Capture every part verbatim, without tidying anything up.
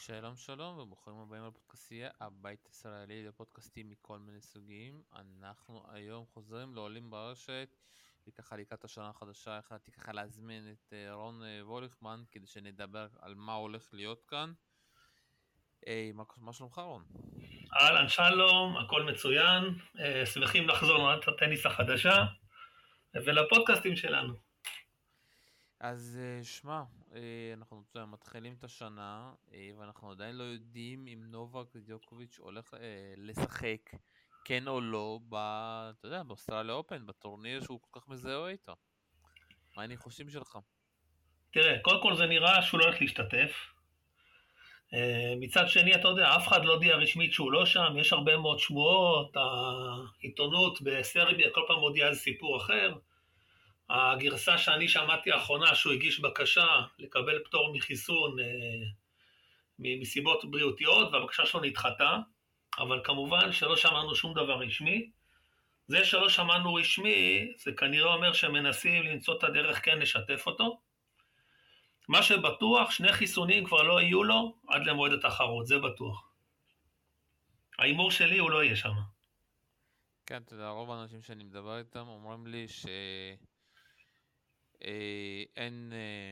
שלום שלום וברוכים הבאים לפודקאסטייה, הבית הישראלי לפודקאסטים מכל מיני סוגים. אנחנו היום חוזרים לעולים ברשת, וככה לקראת השנה החדשה החלטתי ככה להזמין את אה, רון אה, ווליכמן כדי שנדבר על מה הולך להיות כאן. היי, מה, מה שלומך רון? אהלן, שלום, הכל מצוין, אה, שמחים לחזור לעונת הטניס החדשה ולפודקאסטים שלנו. אז אה, שמע, אה, אנחנו אתה יודע, מתחילים את השנה, אה, ואנחנו עדיין לא יודעים אם נובק דיוקוביץ' הולך אה, לשחק כן או לא ב, אתה יודע, באוסטרליה אופן, בטורניר שהוא כל כך מזוהה איתו. מה הניחושים שלך? תראה, קודם כל זה נראה שהוא לא הולך להשתתף. אה, מצד שני, אתה יודע, אף אחד לא הודיע רשמית שהוא לא שם, יש הרבה מאוד שמועות, העיתונות בסרביה כל פעם מודיעה איזה סיפור אחר. הגרסה שאני שמעתי האחרונה שהוא הגיש בקשה לקבל פטור מחיסון אה, מסיבות בריאותיות, והבקשה שלו נדחתה, אבל כמובן שלא שמענו שום דבר רשמי. זה שלא שמענו רשמי, זה כנראה אומר שמנסים למצוא את הדרך כן לשתף אותו. מה שבטוח, שני חיסונים כבר לא יהיו לו עד למועד התחרות, זה בטוח. האימור שלי הוא לא יהיה שם. כן, אתה יודע, רוב האנשים שאני מדבר איתם אומרים לי שאין...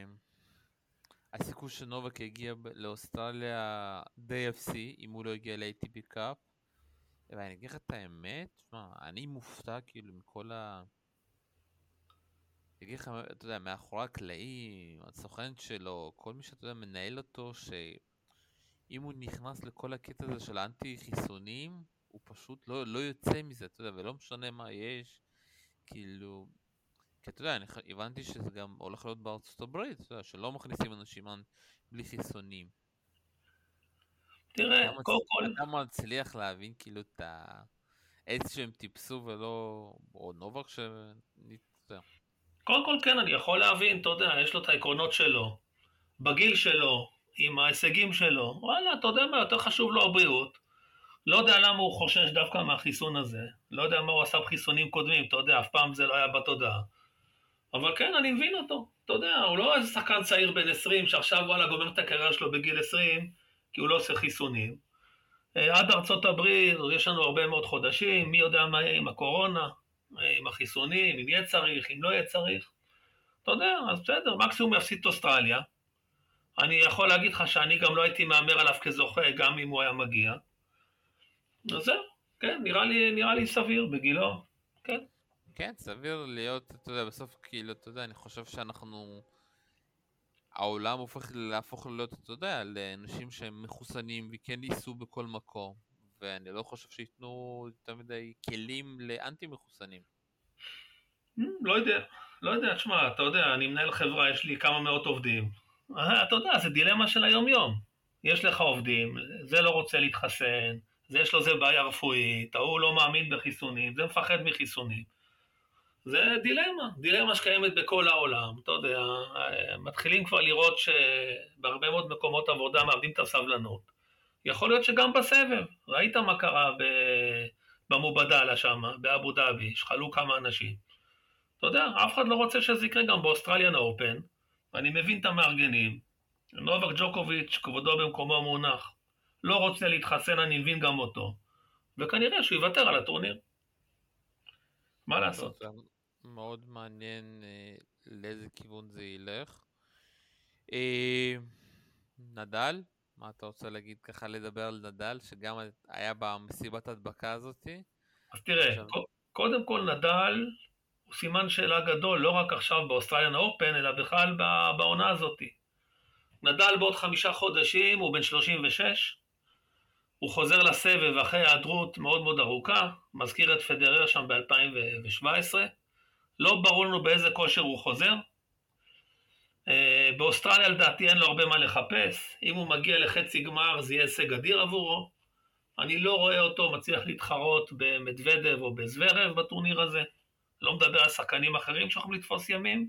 הסיכוי שנובק יגיע ב- לאוסטרליה די אפסי, אם הוא לא יגיע ל-איי טי פי קאפ. ואני אגיד לך את האמת, שמע, אני מופתע כאילו מכל ה... אני אגיד לך, אתה יודע, מאחורי הקלעים, הסוכן שלו, כל מי שאתה יודע מנהל אותו, שאם הוא נכנס לכל הקטע הזה של האנטי חיסונים, הוא פשוט לא, לא יוצא מזה, אתה יודע, ולא משנה מה יש, כאילו, כי אתה יודע, אני ח- הבנתי שזה גם הולך להיות בארצות הברית, אתה יודע, שלא מכניסים אנשים אנ- בלי חיסונים. תראה, אתה קודם מצ... כל, אתה מצליח להבין כאילו את ה... איזה שהם טיפסו ולא... או נובק ש... אתה יודע. קודם כל כן, אני יכול להבין, אתה יודע, יש לו את העקרונות שלו, בגיל שלו, עם ההישגים שלו, וואלה, אתה יודע מה, יותר חשוב לו הבריאות. לא יודע למה הוא חושש דווקא מהחיסון הזה, לא יודע מה הוא עשה בחיסונים קודמים, אתה יודע, אף פעם זה לא היה בתודעה. אבל כן, אני מבין אותו. אתה יודע, הוא לא איזה שחקן צעיר בן עשרים, שעכשיו וואלה גומר את הקריירה שלו בגיל עשרים, כי הוא לא עושה חיסונים. אה, עד ארצות הברית, יש לנו הרבה מאוד חודשים, מי יודע מה יהיה עם הקורונה, אה, עם החיסונים, אם יהיה צריך, אם לא יהיה צריך. אתה יודע, אז בסדר, מקסימום יפסיד את אוסטרליה. אני יכול להגיד לך שאני גם לא הייתי מהמר עליו כזוכה, גם אם הוא היה מגיע. אז זהו, כן, נראה לי, נראה לי סביר בגילו, כן. כן, סביר להיות, אתה יודע, בסוף כאילו, אתה יודע, אני חושב שאנחנו... העולם הופך להפוך להיות, אתה יודע, לאנשים שהם מחוסנים וכן ייסעו בכל מקום. ואני לא חושב שייתנו יותר מדי כלים לאנטי מחוסנים. Hmm, לא יודע, לא יודע, תשמע, אתה יודע, אני מנהל חברה, יש לי כמה מאות עובדים. אה, אתה יודע, זה דילמה של היום-יום. יש לך עובדים, זה לא רוצה להתחסן, זה יש לו זה בעיה רפואית, ההוא לא מאמין בחיסונים, זה מפחד מחיסונים. זה דילמה, דילמה שקיימת בכל העולם, אתה יודע, אה, מתחילים כבר לראות שבהרבה מאוד מקומות עבודה מאבדים את הסבלנות. יכול להיות שגם בסבב, ראית מה קרה במובדלה שם, באבו דאבי, שחלו כמה אנשים. אתה יודע, אף אחד לא רוצה שזה יקרה גם באוסטרליאן אופן, ואני מבין את המארגנים. נובק ג'וקוביץ', כבודו במקומו מונח, לא רוצה להתחסן, אני מבין גם אותו, וכנראה שהוא יוותר על הטורניר. מה לא, לעשות? זה מאוד מעניין אה, לאיזה כיוון זה ילך. אה, נדל, מה אתה רוצה להגיד ככה, לדבר על נדל, שגם היה במסיבת הדבקה הזאתי? אז תראה, עכשיו, קודם כל נדל הוא סימן שאלה גדול, לא רק עכשיו באוסטרליאן אופן, אלא בכלל בעונה הזאת. נדל בעוד חמישה חודשים, הוא בן שלושים ושש, הוא חוזר לסבב אחרי היעדרות מאוד מאוד ארוכה, מזכיר את פדרר שם ב-אלפיים שבע עשרה, לא ברור לנו באיזה כושר הוא חוזר. באוסטרליה לדעתי אין לו הרבה מה לחפש, אם הוא מגיע לחצי גמר זה יהיה הישג אדיר עבורו. אני לא רואה אותו מצליח להתחרות במדוודב או בזוורב בטורניר הזה, לא מדבר על שחקנים אחרים שיכולים לתפוס ימים.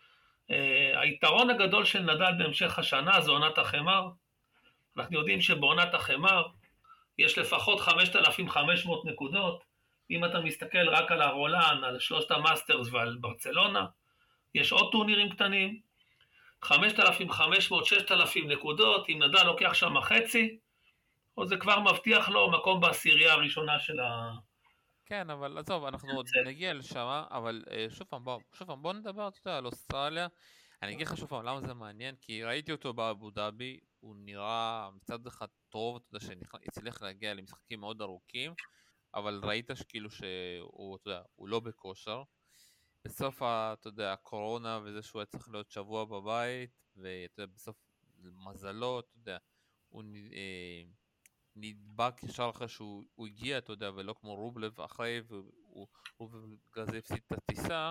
היתרון הגדול של נדל בהמשך השנה זה עונת החמר. אנחנו יודעים שבעונת החמר יש לפחות חמשת אלפים וחמש מאות נקודות, אם אתה מסתכל רק על הרולן, על שלושת המאסטרס ועל ברצלונה, יש עוד טורנירים קטנים, חמשת אלפים וחמש מאות ששת אלפים נקודות, אם נדל לוקח שם חצי, או זה כבר מבטיח לו מקום בעשירייה הראשונה של ה... כן, אבל עזוב, אנחנו עוד נגיע לשם, אבל אה, שוב פעם, בוא, שוב פעם, בוא נדבר, אתה יודע, על אוסטרליה. אני אגיד לך שוב פעם, למה זה מעניין? כי ראיתי אותו באבו דאבי, הוא נראה מצד אחד טוב, אתה יודע, שהצליח להגיע למשחקים מאוד ארוכים, אבל ראית שכאילו שהוא, אתה יודע, הוא לא בכושר. בסוף, ה- אתה יודע, הקורונה וזה שהוא היה צריך להיות שבוע בבית, ואתה יודע, בסוף, מזלו, אתה יודע, הוא נ- אה, נדבק ישר אחרי שהוא הוא הגיע, אתה יודע, ולא כמו רובלב אחרי, ורובלב בגלל זה הפסיד את הטיסה,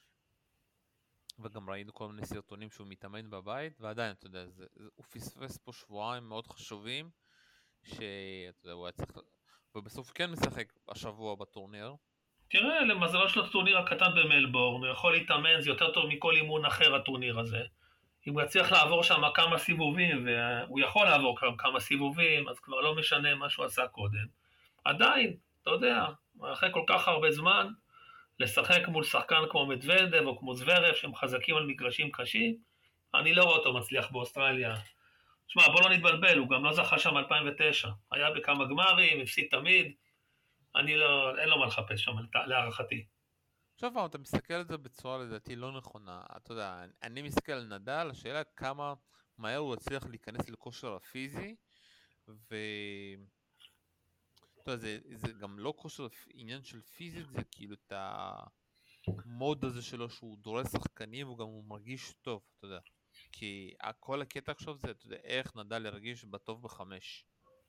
וגם ראינו כל מיני סרטונים שהוא מתאמן בבית, ועדיין, אתה יודע, זה, זה, הוא פספס פה שבועיים מאוד חשובים, שאתה יודע, הוא היה צריך, ובסוף כן משחק השבוע בטורניר. תראה, למזלו של הטורניר הקטן במלבורן, הוא יכול להתאמן, זה יותר טוב מכל אימון אחר הטורניר הזה. אם הוא יצליח לעבור שם כמה סיבובים, והוא יכול לעבור כמה סיבובים, אז כבר לא משנה מה שהוא עשה קודם. עדיין, אתה יודע, אחרי כל כך הרבה זמן, לשחק מול שחקן כמו מדוודב או כמו זוורב, שהם חזקים על מגרשים קשים, אני לא רואה אותו מצליח באוסטרליה. שמע, בוא לא נתבלבל, הוא גם לא זכה שם אלפיים ותשע. היה בכמה גמרים, הפסיד תמיד, אני לא, אין לו מה לחפש שם, להערכתי. עכשיו פעם, אתה מסתכל על זה בצורה לדעתי לא נכונה, אתה יודע, אני מסתכל על נדל, השאלה כמה מהר הוא הצליח להיכנס לכושר הפיזי, ו... אתה יודע, זה, זה גם לא כושר עניין של פיזית, זה כאילו את המוד הזה שלו שהוא דורס שחקנים, וגם הוא מרגיש טוב, אתה יודע. כי כל הקטע עכשיו זה, אתה יודע, איך נדל ירגיש בטוב בחמש.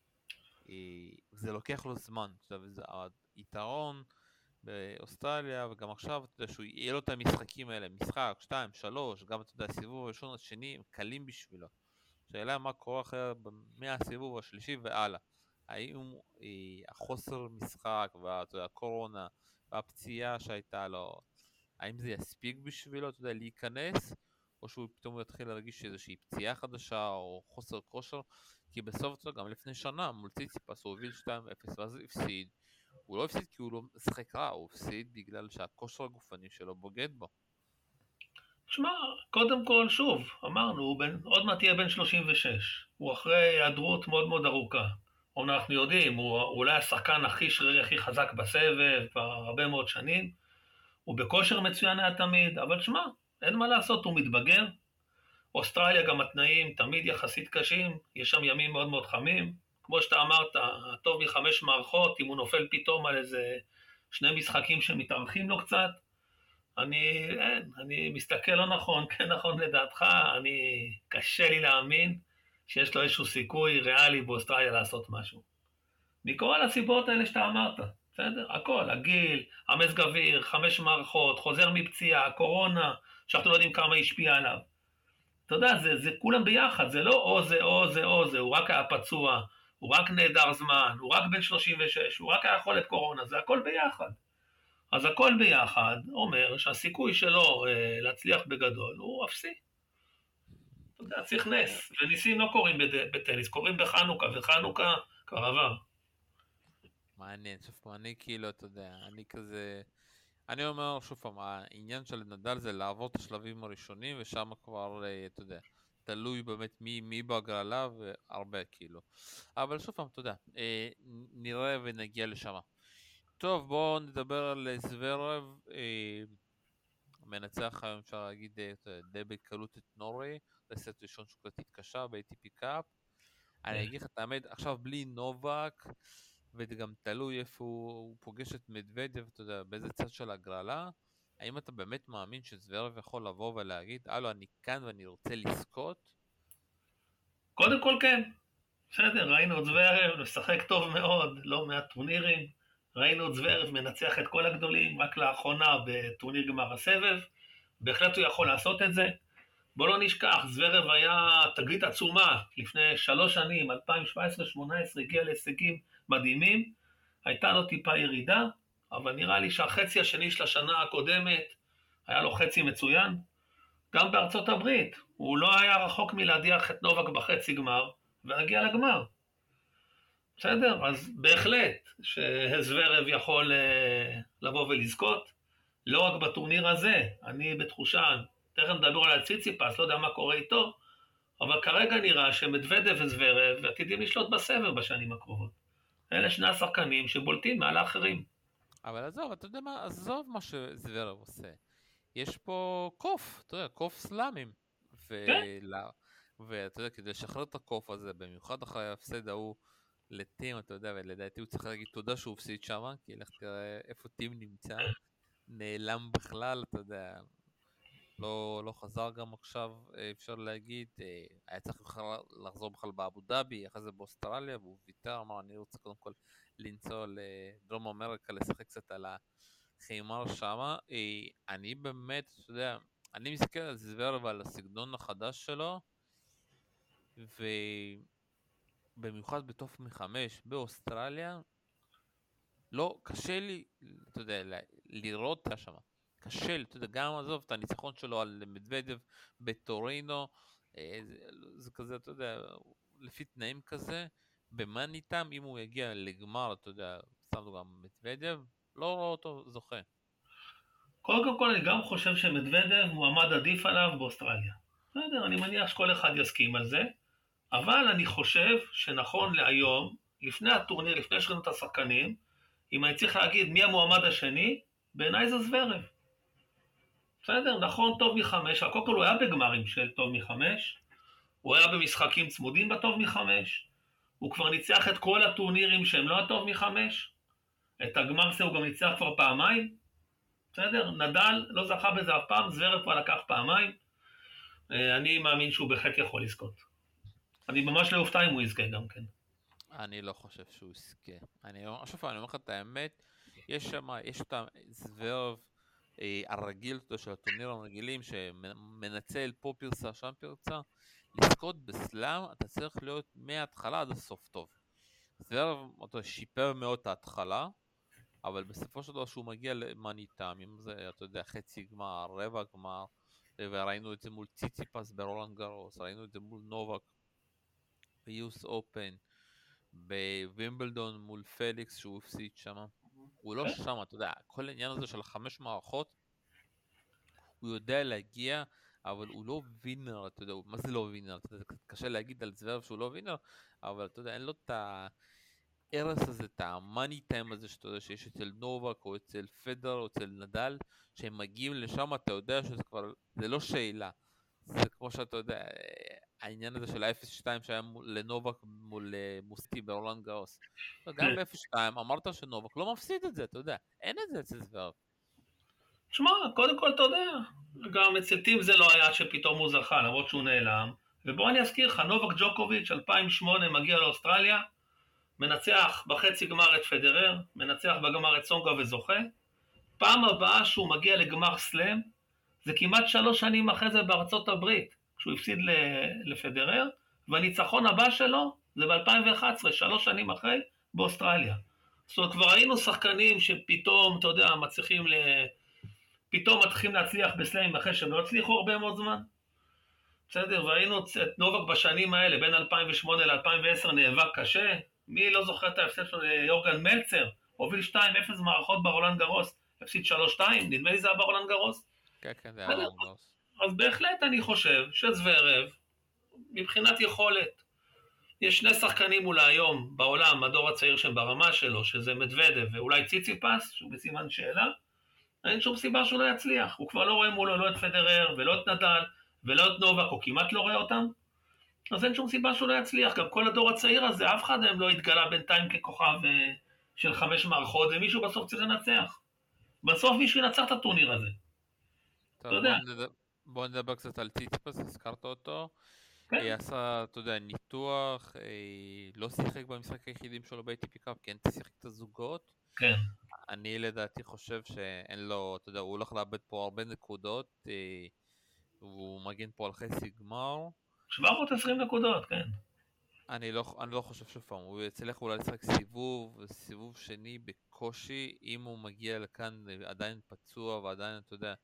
זה לוקח לו זמן, אתה יודע, וזה היתרון באוסטרליה, וגם עכשיו, אתה יודע, שהוא יהיה לו את המשחקים האלה, משחק, שתיים, שלוש, גם, אתה יודע, הסיבוב הראשון, השני, הם קלים בשבילו. השאלה מה קורה אחרי, מהסיבוב השלישי והלאה. האם אה, החוסר משחק והקורונה והפציעה שהייתה לו, האם זה יספיק בשבילו, אתה יודע, להיכנס, או שהוא פתאום יתחיל להרגיש איזושהי פציעה חדשה או חוסר כושר, כי בסוף, אתה יודע, גם לפני שנה מול ציציפס הוא הוביל שתיים אפס ואז הפסיד. הוא לא הפסיד כי הוא לא משחק רע, הוא הפסיד בגלל שהכושר הגופני שלו בוגד בו. שמע, קודם כל, שוב, אמרנו, הוא בן, עוד מעט תהיה בן שלושים ושש. הוא אחרי היעדרות מאוד מאוד ארוכה. אומנם אנחנו יודעים, הוא, הוא אולי השחקן הכי שרירי, הכי חזק בסבב, כבר הרבה מאוד שנים. הוא בכושר מצוין היה תמיד, אבל שמע, אין מה לעשות, הוא מתבגר. אוסטרליה גם התנאים תמיד יחסית קשים, יש שם ימים מאוד מאוד חמים. כמו שאתה אמרת, הטוב מחמש מערכות, אם הוא נופל פתאום על איזה שני משחקים שמתארחים לו קצת, אני, אין, אני מסתכל לא נכון, כן נכון לדעתך, אני, קשה לי להאמין שיש לו איזשהו סיכוי ריאלי באוסטרליה לעשות משהו. מכל הסיבות האלה שאתה אמרת, בסדר? הכל, הגיל, המזג אוויר, חמש מערכות, חוזר מפציעה, הקורונה, שאנחנו לא יודעים כמה השפיע עליו. אתה יודע, זה, זה כולם ביחד, זה לא או זה או זה או זה, הוא רק היה פצוע, הוא רק נהדר זמן, הוא רק בן שלושים ושש, הוא רק היה חולת קורונה, זה הכל ביחד. אז הכל ביחד אומר שהסיכוי שלו אה, להצליח בגדול הוא אפסי. אתה יודע, צריך נס, וניסים לא קורים בטניס, קורים בחנוכה, וחנוכה כבר עבר. מעניין, שוב פעם, אני כאילו, אתה יודע, אני כזה, אני אומר שוב פעם, העניין של נדל זה לעבור את השלבים הראשונים, ושם כבר, אתה יודע, תלוי באמת מי, מי בהגרלה, והרבה כאילו. אבל שוב פעם, אתה יודע, נראה ונגיע לשם. טוב, בואו נדבר על זוורב, אה, מנצח היום אפשר להגיד די בקלות את נורי, לסט ראשון שהוא קצת התקשה ב-איי טי פי קאפ. אני אגיד לך את האמת, עכשיו בלי נובק, וגם תלוי איפה הוא, הוא פוגש את מדוודב, אתה יודע, באיזה צד של הגרלה, האם אתה באמת מאמין שזוורב יכול לבוא ולהגיד, הלו, אני כאן ואני רוצה לזכות? קודם כל כן, בסדר, ראינו את זוורב, משחק טוב מאוד, לא מעט טורנירים, ראינו את זוורב מנצח את כל הגדולים, רק לאחרונה בטורניר גמר הסבב, בהחלט הוא יכול לעשות את זה. בוא לא נשכח, זוורב היה תגלית עצומה לפני שלוש שנים, אלפיים שבע עשרה שמונה עשרה, הגיע להישגים מדהימים, הייתה לו טיפה ירידה, אבל נראה לי שהחצי השני של השנה הקודמת היה לו חצי מצוין. גם בארצות הברית, הוא לא היה רחוק מלהדיח את נובק בחצי גמר, ולהגיע לגמר. בסדר? אז בהחלט שזוורב יכול לבוא ולזכות, לא רק בטורניר הזה, אני בתחושה תכף נדבר על ציציפס, לא יודע מה קורה איתו, אבל כרגע נראה שמדוודב וזוורב עתידים לשלוט בסבב בשנים הקרובות. אלה שני השחקנים שבולטים מעל האחרים. אבל עזוב, אתה יודע מה, עזוב מה שזוורב עושה. יש פה קוף, אתה יודע, קוף סלאמים. כן? ולה... ואתה יודע, כדי לשחרר את הקוף הזה, במיוחד אחרי ההפסד ההוא לטים, אתה יודע, ולדעתי הוא צריך להגיד תודה שהוא הפסיד שם, כי לך תראה איפה טים נמצא, נעלם בכלל, אתה יודע, לא, לא חזר גם עכשיו, אפשר להגיד, היה צריך לחזור בכלל באבו דאבי, אחרי זה באוסטרליה, והוא ויתר, אמר, אני רוצה קודם כל לנסוע לדרום אמריקה, לשחק קצת על החיימר שמה. אני באמת, אתה יודע, אני מסתכל על זוורב ועל הסגנון החדש שלו, ובמיוחד בטוף מחמש באוסטרליה, לא, קשה לי, אתה יודע, לראות את השמה. קשה לי, אתה יודע, גם עזוב את הניצחון שלו על מדוודב בטורינו, זה, זה כזה, אתה יודע, לפי תנאים כזה, במאני טיים, אם הוא יגיע לגמר, אתה יודע, שמנו גם מדוודב, לא רואה אותו זוכה. קודם כל, אני גם חושב שמדוודב מועמד עדיף עליו באוסטרליה. בסדר, אני מניח שכל אחד יסכים על זה, אבל אני חושב שנכון להיום, לפני הטורניר, לפני שראינו את השחקנים, אם אני צריך להגיד מי המועמד השני, בעיניי זה זוורב. בסדר, נכון, טוב מחמש, קודם כל הוא היה בגמרים של טוב מחמש, הוא היה במשחקים צמודים בטוב מחמש, הוא כבר ניצח את כל הטורנירים שהם לא הטוב מחמש, את הגמר זה הוא גם ניצח כבר פעמיים, בסדר, נדל לא זכה בזה אף פעם, זוורב כבר לקח פעמיים, אני מאמין שהוא בהחלט יכול לזכות. אני ממש לא אופתע אם הוא יזכה גם כן. אני לא חושב שהוא יזכה. אני שוב, אני אומר לך את האמת, יש שם, יש את הזוורב אה, הרגיל של הטורניר הרגילים, שמנצל פה פרצה, שם פרצה, לזכות בסלאם, אתה צריך להיות מההתחלה עד הסוף טוב. זוורב, אותו שיפר מאוד את ההתחלה, אבל בסופו של דבר שהוא מגיע למאני טיים, אם זה, אתה יודע, חצי גמר, רבע גמר, וראינו את זה מול ציציפס ברולנד גארוס, ראינו את זה מול נובק ביוס אופן, בווימבלדון מול פליקס שהוא הפסיד שם, הוא לא שם, אתה יודע, כל העניין הזה של החמש מערכות, הוא יודע להגיע, אבל הוא לא וינר, אתה יודע, מה זה לא וינר? אתה יודע, קשה להגיד על זוורב שהוא לא וינר, אבל אתה יודע, אין לו את הארס הזה, את המאני טיים הזה, שאתה יודע, שיש אצל נובק, או אצל פדר, או אצל נדל, שהם מגיעים לשם, אתה יודע שזה כבר, זה לא שאלה, זה כמו שאתה יודע, העניין הזה של ה-אפס שתיים שהיה לנובק מול מוסטי ברולנד גאוס. גם ב-אפס שתיים אמרת שנובק לא מפסיד את זה, אתה יודע, אין את זה אצל זוורב. תשמע, קודם כל אתה יודע, גם אצל טים זה לא היה שפתאום הוא זכה, למרות שהוא נעלם. ובוא אני אזכיר לך, נובק ג'וקוביץ' אלפיים ושמונה מגיע לאוסטרליה, מנצח בחצי גמר את פדרר, מנצח בגמר את סונגה וזוכה. פעם הבאה שהוא מגיע לגמר סלאם, זה כמעט שלוש שנים אחרי זה בארצות הברית, כשהוא הפסיד לפדרר, והניצחון הבא שלו זה ב-אלפיים ואחת עשרה, שלוש שנים אחרי, באוסטרליה. זאת אומרת, כבר ראינו שחקנים שפתאום, אתה יודע, מצליחים ל... פתאום מתחילים להצליח בסלאמים אחרי שהם לא הצליחו הרבה מאוד זמן. בסדר, והיינו את נובק בשנים האלה, בין אלפיים ושמונה ל-אלפיים ועשר נאבק קשה. מי לא זוכר את ההפסד של יורגן מלצר? הוביל שתיים אפס מערכות ברולנד גארוס, הפסיד שלוש שתיים, נדמה לי זה היה ברולנד גארוס. כן, כן, זה היה ברולנד גארוס. אז בהחלט אני חושב שזוורב, מבחינת יכולת, יש שני שחקנים אולי היום בעולם, הדור הצעיר שהם ברמה שלו, שזה מדוודב ואולי ציציפס, שהוא בסימן שאלה, אין שום סיבה שהוא לא יצליח. הוא כבר לא רואה מולו לא את פדרר ולא את נדל ולא את נובק, הוא כמעט לא רואה אותם. אז אין שום סיבה שהוא לא יצליח. גם כל הדור הצעיר הזה, אף אחד מהם לא התגלה בינתיים ככוכב של חמש מערכות, ומישהו בסוף צריך לנצח. בסוף מישהו ינצח את הטורניר הזה. טוב, בוא נדבר, בוא נדבר קצת על ציציפס, הזכרת אותו. כן. היא עשה, אתה יודע, ניתוח, לא שיחק במשחק היחידים שלו ב-איי טי פי קאפ, כן תשיחק את הזוגות. כן. אני לדעתי חושב שאין לו, אתה יודע, הוא הולך לאבד פה הרבה נקודות, הוא מגן פה על חצי גמר. שבע מאות ועשרים נקודות, כן. אני לא, אני לא חושב שפעם, הוא יצליח אולי לשחק סיבוב, סיבוב שני בקושי, אם הוא מגיע לכאן עדיין פצוע ועדיין, אתה יודע,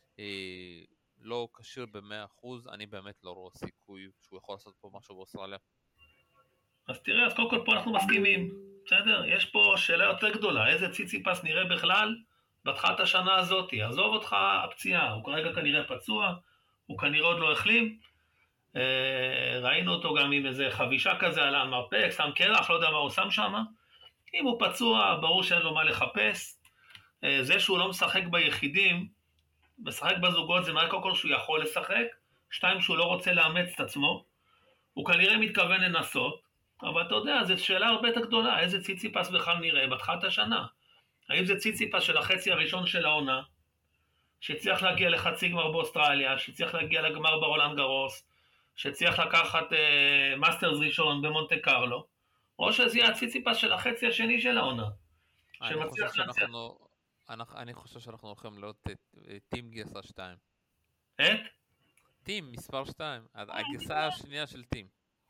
לא קשיר ב-מאה אחוז, אני באמת לא רואה סיכוי שהוא יכול לעשות פה משהו באוסטרליה. אז תראה, אז קודם כל פה אנחנו מסכימים, בסדר? יש פה שאלה יותר גדולה, איזה ציציפס נראה בכלל בתחילת השנה הזאת, עזוב אותך הפציעה, הוא כרגע כנראה פצוע, הוא כנראה עוד לא החלים, ראינו אותו גם עם איזה חבישה כזה על המרפק, שם קרח, לא יודע מה הוא שם שם, אם הוא פצוע, ברור שאין לו מה לחפש, זה שהוא לא משחק ביחידים, משחק בזוגות זה מראה קודם כל שהוא יכול לשחק, שתיים שהוא לא רוצה לאמץ את עצמו, הוא כנראה מתכוון לנסות, אבל אתה יודע, זו שאלה הרבה יותר גדולה, איזה ציציפס בכלל נראה בתחילת השנה. האם זה ציציפס של החצי הראשון של העונה, שצריך להגיע לחצי גמר באוסטרליה, שצריך להגיע לגמר ברולנד גרוס, שצריך לקחת אה, מאסטרס ראשון במונטה קרלו, או שזה יהיה הציציפס של החצי השני של העונה. אני חושב שאנחנו, אני חושב שאנחנו הולכים לראות את טים גרסה שתיים. את? טים מספר שתיים, הגרסה השנייה של טים.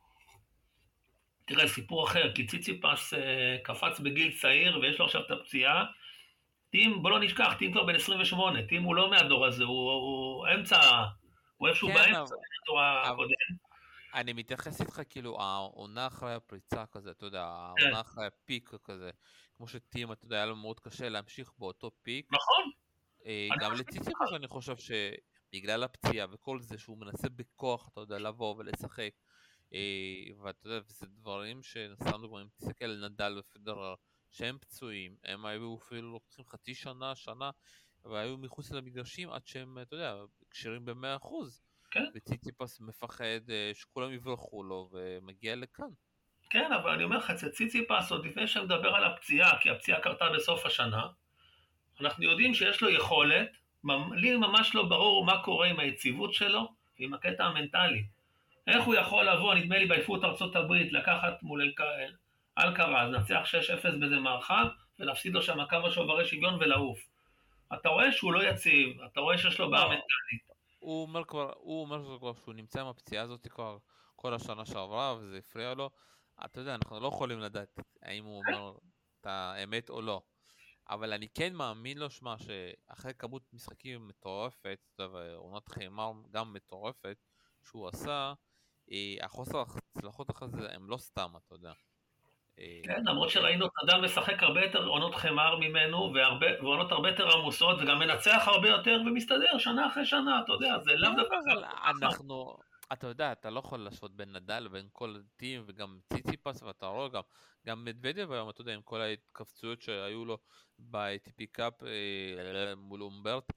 תראה, סיפור אחר, כי ציציפס אה, קפץ בגיל צעיר ויש לו עכשיו את הפציעה. טים, בוא לא נשכח, טים כבר בן עשרים ושמונה, טים הוא לא מהדור הזה, הוא, הוא אמצע, הוא איפשהו כן, באמצע מהדור הקודם. אני מתייחס איתך כאילו, העונה אחרי הפריצה כזה, אתה יודע, העונה אחרי הפיק כזה, כמו שטים, אתה יודע, היה לו מאוד קשה להמשיך באותו פיק. נכון. גם לציציפס אני חושב שבגלל הפציעה וכל זה שהוא מנסה בכוח, אתה יודע, לבוא ולשחק, ואתה יודע, וזה דברים שנסתם דוגמא, אם תסתכל על נדל ופדרר, שהם פצועים, הם היו אפילו לוקחים חצי שנה, שנה, והיו מחוץ למגרשים עד שהם, אתה יודע, קשרים במאה אחוז. כן. וציציפס מפחד שכולם יברחו לו ומגיע לכאן. כן, אבל אני אומר לך, ציציפס, עוד לפני שנדבר על הפציעה, כי הפציעה קרתה בסוף השנה, אנחנו יודעים שיש לו יכולת, לי ממש לא ברור מה קורה עם היציבות שלו, ועם הקטע המנטלי. איך הוא יכול לבוא, נדמה לי באליפות ארצות הברית, לקחת מול אלקהל, אלקרז, נצח שש אפס באיזה מערכה, ולהפסיד לו שם כמה שוברי שוויון ולעוף. אתה רואה שהוא לא יציב, אתה רואה שיש לו בעיה מנטלית. הוא אומר כבר, הוא אומר כבר שהוא נמצא עם הפציעה הזאת כבר כל השנה שעברה, וזה הפריע לו. אתה יודע, אנחנו לא יכולים לדעת האם הוא אומר את האמת או לא. אבל אני כן מאמין לו, שמה, שאחרי כמות משחקים מטורפת, ועונת חיימר גם מטורפת, שהוא עשה, החוסר הצלחות אחרי זה הם לא סתם, אתה יודע. כן, למרות שראינו את נדל משחק הרבה יותר עונות חמר ממנו, ועונות הרבה יותר עמוסות, וגם מנצח הרבה יותר, ומסתדר שנה אחרי שנה, אתה יודע, זה לאו דווקא. אנחנו, אתה יודע, אתה לא יכול להשוות בין נדל לבין כל טים, וגם ציציפס, ואתה רואה גם, גם מדוודב היום, אתה יודע, עם כל ההתכווצויות שהיו לו ב-איי טי פי קאפ מול אומברט,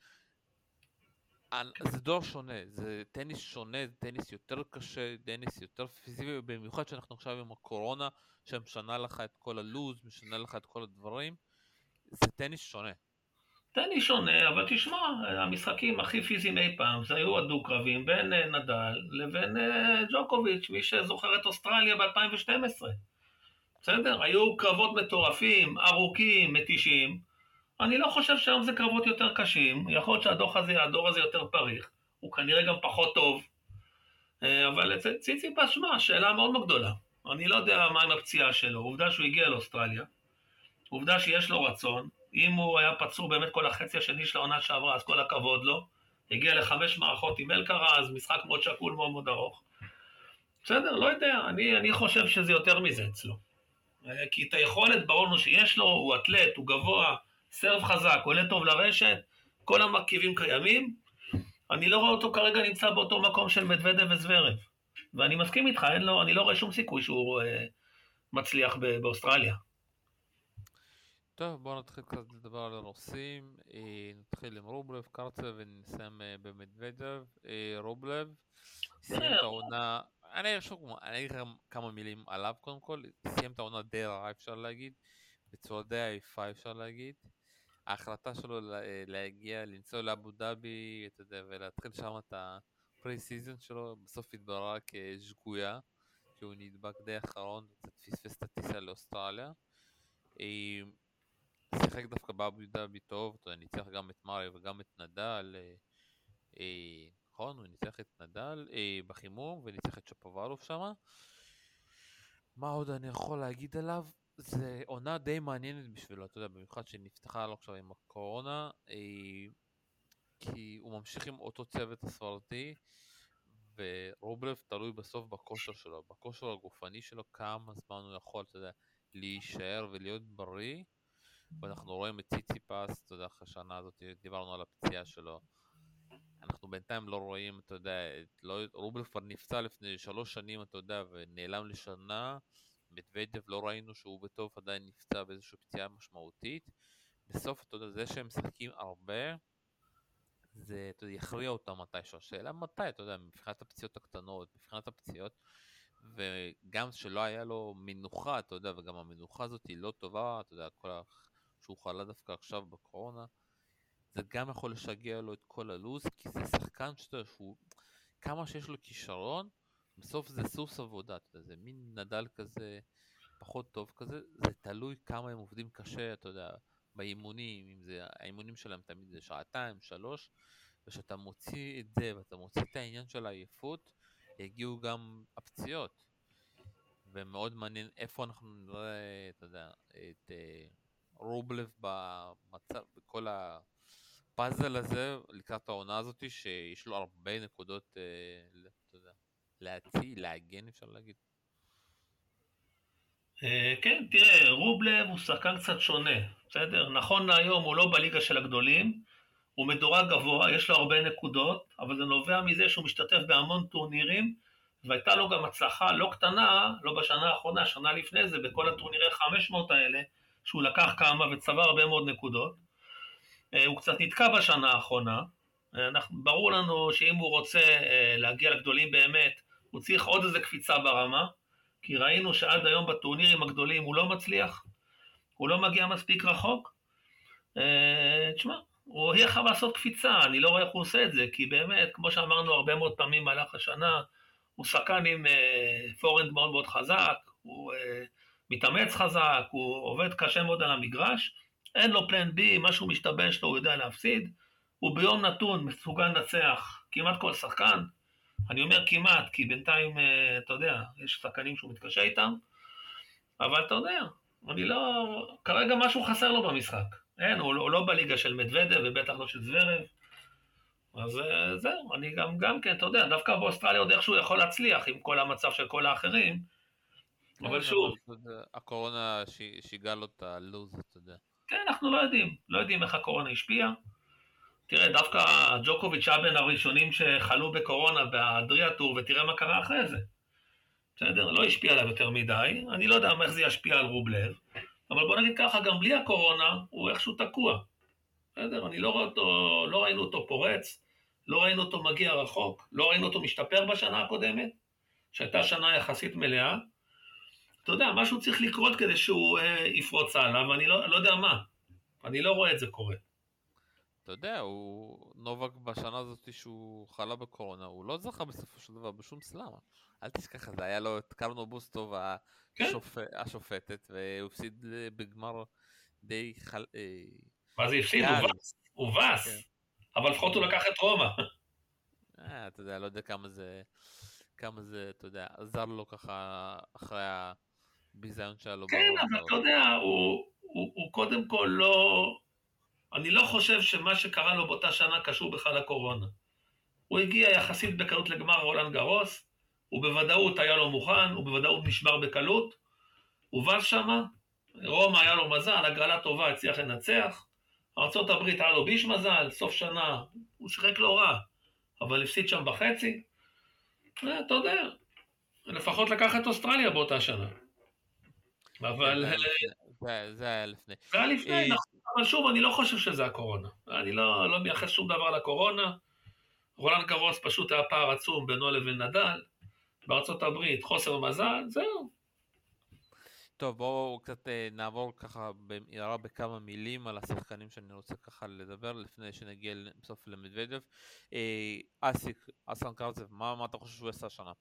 זה דור שונה, זה טניס שונה, זה טניס יותר קשה, טניס יותר פיזי, במיוחד שאנחנו עכשיו עם הקורונה, שמשנה לך את כל הלוז, משנה לך את כל הדברים, זה טניס שונה. טניס שונה, אבל תשמע, המשחקים הכי פיזיים אי פעם, זה היו הדו-קרבים בין נדל לבין ג'וקוביץ', מי שזוכר את אוסטרליה ב-אלפיים ושתים עשרה. בסדר? היו קרבות מטורפים, ארוכים, מתישים, אני לא חושב שהיום זה קרבות יותר קשים, יכול להיות שהדור הזה, הדור הזה יותר פריך, הוא כנראה גם פחות טוב, אבל ציציפס, שמע, שאלה מאוד מאוד גדולה. אני לא יודע מה עם הפציעה שלו, עובדה שהוא הגיע לאוסטרליה, עובדה שיש לו רצון, אם הוא היה פצוע באמת כל החצי השני של העונה שעברה, אז כל הכבוד לו, הגיע לחמש מערכות עם אלקרז, משחק מאוד שקול מאוד מאוד ארוך. בסדר, לא יודע, אני, אני חושב שזה יותר מזה אצלו. כי את היכולת ברור שיש לו, הוא אתלט, הוא גבוה, סרב חזק, עולה טוב לרשת, כל המרכיבים קיימים, אני לא רואה אותו כרגע נמצא באותו מקום של מדוודב וזוורב. ואני מסכים איתך, אין לו, אני לא רואה שום סיכוי שהוא אה, מצליח באוסטרליה. טוב, בואו נתחיל קצת לדבר על הרוסים, נתחיל עם רובלב, קרצב ונסיים במדוודב. רובלב, סיים את העונה, אני אגיד כמה מילים עליו קודם כל, סיים את העונה די רעה אפשר להגיד, בצורה די עייפה אפשר להגיד, ההחלטה שלו להגיע, לנסוע לאבו דאבי, אתה יודע, ולהתחיל שם את הפרי סיזן שלו, בסוף התבררה כשגויה, שהוא נדבק די אחרון, קצת פספס את הטיסה לאוסטרליה, שיחק דווקא באבו דאבי טוב, אתה יודע, ניצח גם את מארי וגם את נדל, נכון, הוא ניצח את נדל בחימום, וניצח את שפוברוב שם. מה עוד אני יכול להגיד עליו? זה עונה די מעניינת בשבילו, אתה יודע, במיוחד שנפתחה לו עכשיו עם הקורונה, כי הוא ממשיך עם אותו צוות הספרתי, ורובלב תלוי בסוף בכושר שלו, בכושר הגופני שלו, כמה זמן הוא יכול, אתה יודע, להישאר ולהיות בריא, ואנחנו רואים את ציציפס, אתה יודע, אחרי השנה הזאת, דיברנו על הפציעה שלו, אנחנו בינתיים לא רואים, אתה יודע, לא, רובלב כבר נפצע לפני שלוש שנים, אתה יודע, ונעלם לשנה, מדוודב לא ראינו שהוא בטוב, עדיין נפצע באיזושהי פציעה משמעותית, בסוף, אתה יודע, זה שהם משחקים הרבה, זה, אתה יודע, יכריע אותם מתישהו, השאלה מתי, אתה יודע, מבחינת הפציעות הקטנות, מבחינת הפציעות, וגם שלא היה לו מנוחה, אתה יודע, וגם המנוחה הזאת היא לא טובה, אתה יודע, כל ה... שהוא חלה דווקא עכשיו בקורונה, זה גם יכול לשגע לו את כל הלוז, כי זה שחקן שאתה יודע, שהוא, כמה שיש לו כישרון, בסוף זה סוס עבודה, אתה יודע, זה מין נדל כזה, פחות טוב כזה, זה תלוי כמה הם עובדים קשה, אתה יודע, באימונים, אם זה, האימונים שלהם תמיד זה שעתיים, שלוש, ושאתה מוציא את זה, ואתה מוציא את העניין של העייפות, יגיעו גם הפציעות. ומאוד מעניין איפה אנחנו נראה, אתה יודע, את אה, רובלב במצב, בכל הפאזל הזה, לקראת העונה הזאת, שיש לו הרבה נקודות, אה, אתה יודע, להציל, להגן, אפשר להגיד. כן, תראה, רובלב הוא שחקן קצת שונה, בסדר? נכון להיום הוא לא בליגה של הגדולים, הוא מדורג גבוה, יש לו הרבה נקודות, אבל זה נובע מזה שהוא משתתף בהמון טורנירים, והייתה לו גם הצלחה לא קטנה, לא בשנה האחרונה, שנה לפני זה, בכל הטורנירי חמש מאות האלה, שהוא לקח כמה וצבר הרבה מאוד נקודות. הוא קצת נתקע בשנה האחרונה, אנחנו, ברור לנו שאם הוא רוצה להגיע לגדולים באמת, הוא צריך עוד איזה קפיצה ברמה, כי ראינו שעד היום בטורנירים הגדולים הוא לא מצליח, הוא לא מגיע מספיק רחוק. תשמע, הוא יהיה חייב לעשות קפיצה, אני לא רואה איך הוא עושה את זה, כי באמת, כמו שאמרנו הרבה מאוד פעמים מהלך השנה, הוא שחקן עם פורנד מאוד מאוד חזק, הוא מתאמץ חזק, הוא עובד קשה מאוד על המגרש, אין לו פלן בי, משהו משתבש לו, הוא יודע להפסיד, הוא ביום נתון מסוגל לנצח כמעט כל שחקן, אני אומר כמעט, כי בינתיים, אתה יודע, יש שחקנים שהוא מתקשה איתם, אבל אתה יודע, אני לא, כרגע משהו חסר לו במשחק, אין, הוא, הוא לא בליגה של מדוודב ובטח לא של זוורב, אז זהו, אני גם, גם כן, אתה יודע, דווקא באוסטרליה עוד איכשהו יכול להצליח עם כל המצב של כל האחרים, כן, אבל שוב, אבל הקורונה שיגעה לו את הלוז, אתה יודע. כן, אנחנו לא יודעים, לא יודעים איך הקורונה השפיעה, תראה, דווקא ג'וקוביץ' היה בין הראשונים שחלו בקורונה באדריה טור, ותראה מה קרה אחרי זה. בסדר? לא השפיע עליו יותר מדי, אני לא יודע איך זה ישפיע על רובלב, אבל בוא נגיד ככה, גם בלי הקורונה, הוא איכשהו תקוע. בסדר? אני לא רואה אותו, לא ראינו אותו פורץ, לא ראינו אותו מגיע רחוק, לא ראינו אותו משתפר בשנה הקודמת, שהייתה שנה יחסית מלאה. אתה יודע, משהו צריך לקרות כדי שהוא אה, יפרוץ עליו, ואני לא, לא יודע מה. אני לא רואה את זה קורה. אתה יודע, הוא נובק בשנה הזאת שהוא חלה בקורונה, הוא לא זכה בסופו של דבר בשום סלאם. אל תשכח, זה היה לו את קרנו בוסטוב השופ... השופטת, והוא הפסיד בגמר די חל... מה זה הפסיד? הוא בס, הוא בס, אבל לפחות הוא לקח את רומא. אה, אתה יודע, לא יודע כמה זה, כמה זה, אתה יודע, עזר לו ככה אחרי הביזיון שהיה לו. כן, אבל אתה יודע, הוא, הוא, הוא קודם כל לא... אני לא חושב שמה שקרה לו באותה שנה קשור בכלל לקורונה. הוא הגיע יחסית בקלות לגמר רולאן גארוס, הוא בוודאות היה לו מוכן, הוא בוודאות נשבר בקלות, הוא בא שמה, רומא היה לו מזל, הגרלה טובה, הצליח לנצח, ארצות הברית היה לו ביש מזל, סוף שנה, הוא שיחק לא רע, אבל הפסיד שם בחצי, אתה יודע, לפחות לקח את אוסטרליה באותה שנה. אבל... זה היה לפני. זה היה לפני, נכון. אבל שוב, אני לא חושב שזה הקורונה. אני לא, לא מייחס שום דבר לקורונה. רולאן גארוס פשוט היה פער עצום בינו לבין נדל. בארצות הברית, חוסר מזל, זהו. טוב, בואו קצת נעבור ככה במהירה בכמה מילים על השחקנים שאני רוצה ככה לדבר לפני שנגיע בסוף למדוודב. אסיק, אסלן קרצב, מה, מה אתה חושב שהוא עשה השנה?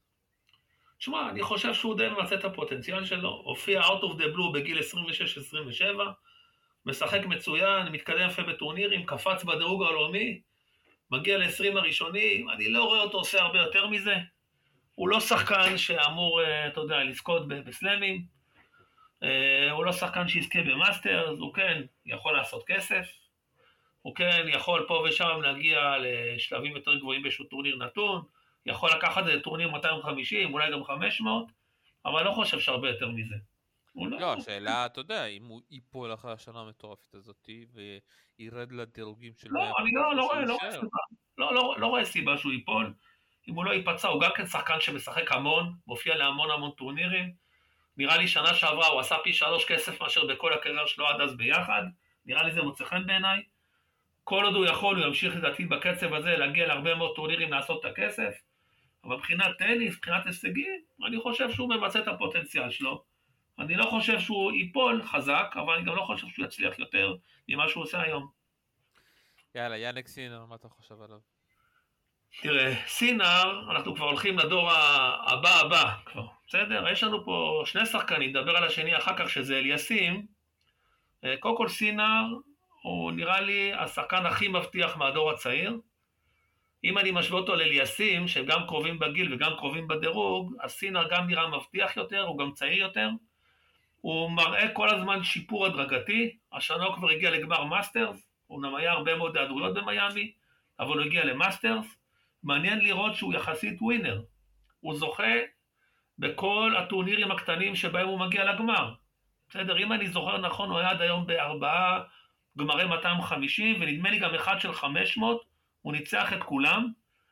שמע, אני חושב שהוא די ממצא את הפוטנציאל שלו. הופיע out of the blue בגיל עשרים ושש עשרים ושבע. משחק מצוין, מתקדם יפה בטורנירים, קפץ בדירוג העולמי, מגיע ל-עשרים הראשונים, אני לא רואה אותו עושה הרבה יותר מזה. הוא לא שחקן שאמור, אתה יודע, לזכות בסלמים, הוא לא שחקן שיזכה במאסטרס, הוא כן יכול לעשות כסף, הוא כן יכול פה ושם להגיע לשלבים יותר גבוהים באיזשהו טורניר נתון, יכול לקחת את טורניר מאתיים וחמישים, אולי גם חמש מאות, אבל לא חושב שהרבה יותר מזה. לא, השאלה, אתה יודע, אם הוא ייפול אחרי השנה המטורפת הזאת וירד לדירוגים של... לא, אני לא רואה, לא רואה סיבה. לא, לא, לא רואה סיבה שהוא ייפול. אם הוא לא ייפצע, הוא גם כן שחקן שמשחק המון, מופיע להמון המון טורנירים. נראה לי שנה שעברה הוא עשה פי שלוש כסף מאשר בכל הקריירה שלו עד אז ביחד. נראה לי זה מוצא חן בעיניי. כל עוד הוא יכול, הוא ימשיך לדעתי בקצב הזה, להגיע להרבה מאוד טורנירים לעשות את הכסף. אבל מבחינת טניס, מבחינת הישגים, אני חושב שהוא ממצא את הפוטנציאל שלו. אני לא חושב שהוא ייפול חזק, אבל אני גם לא חושב שהוא יצליח יותר ממה שהוא עושה היום. יאללה, יאניק סינר, מה אתה חושב עליו? תראה, סינר, אנחנו כבר הולכים לדור הבא הבא כבר, בסדר? יש לנו פה שני שחקנים, נדבר על השני אחר כך שזה אליסים. קודם כל סינר, הוא נראה לי השחקן הכי מבטיח מהדור הצעיר. אם אני משווה אותו לאליסים, שהם גם קרובים בגיל וגם קרובים בדירוג, אז סינר גם נראה מבטיח יותר, הוא גם צעיר יותר. הוא מראה כל הזמן שיפור הדרגתי, השנה הוא כבר הגיע לגמר מאסטרס, הוא נמיה הרבה מאוד היעדרויות במיימי, אבל הוא הגיע למאסטרס. מעניין לראות שהוא יחסית ווינר. הוא זוכה בכל הטורנירים הקטנים שבהם הוא מגיע לגמר. בסדר, אם אני זוכר נכון, הוא היה עד היום בארבעה גמרי מאתיים וחמישים, ונדמה לי גם אחד של חמש מאות, הוא ניצח את כולם.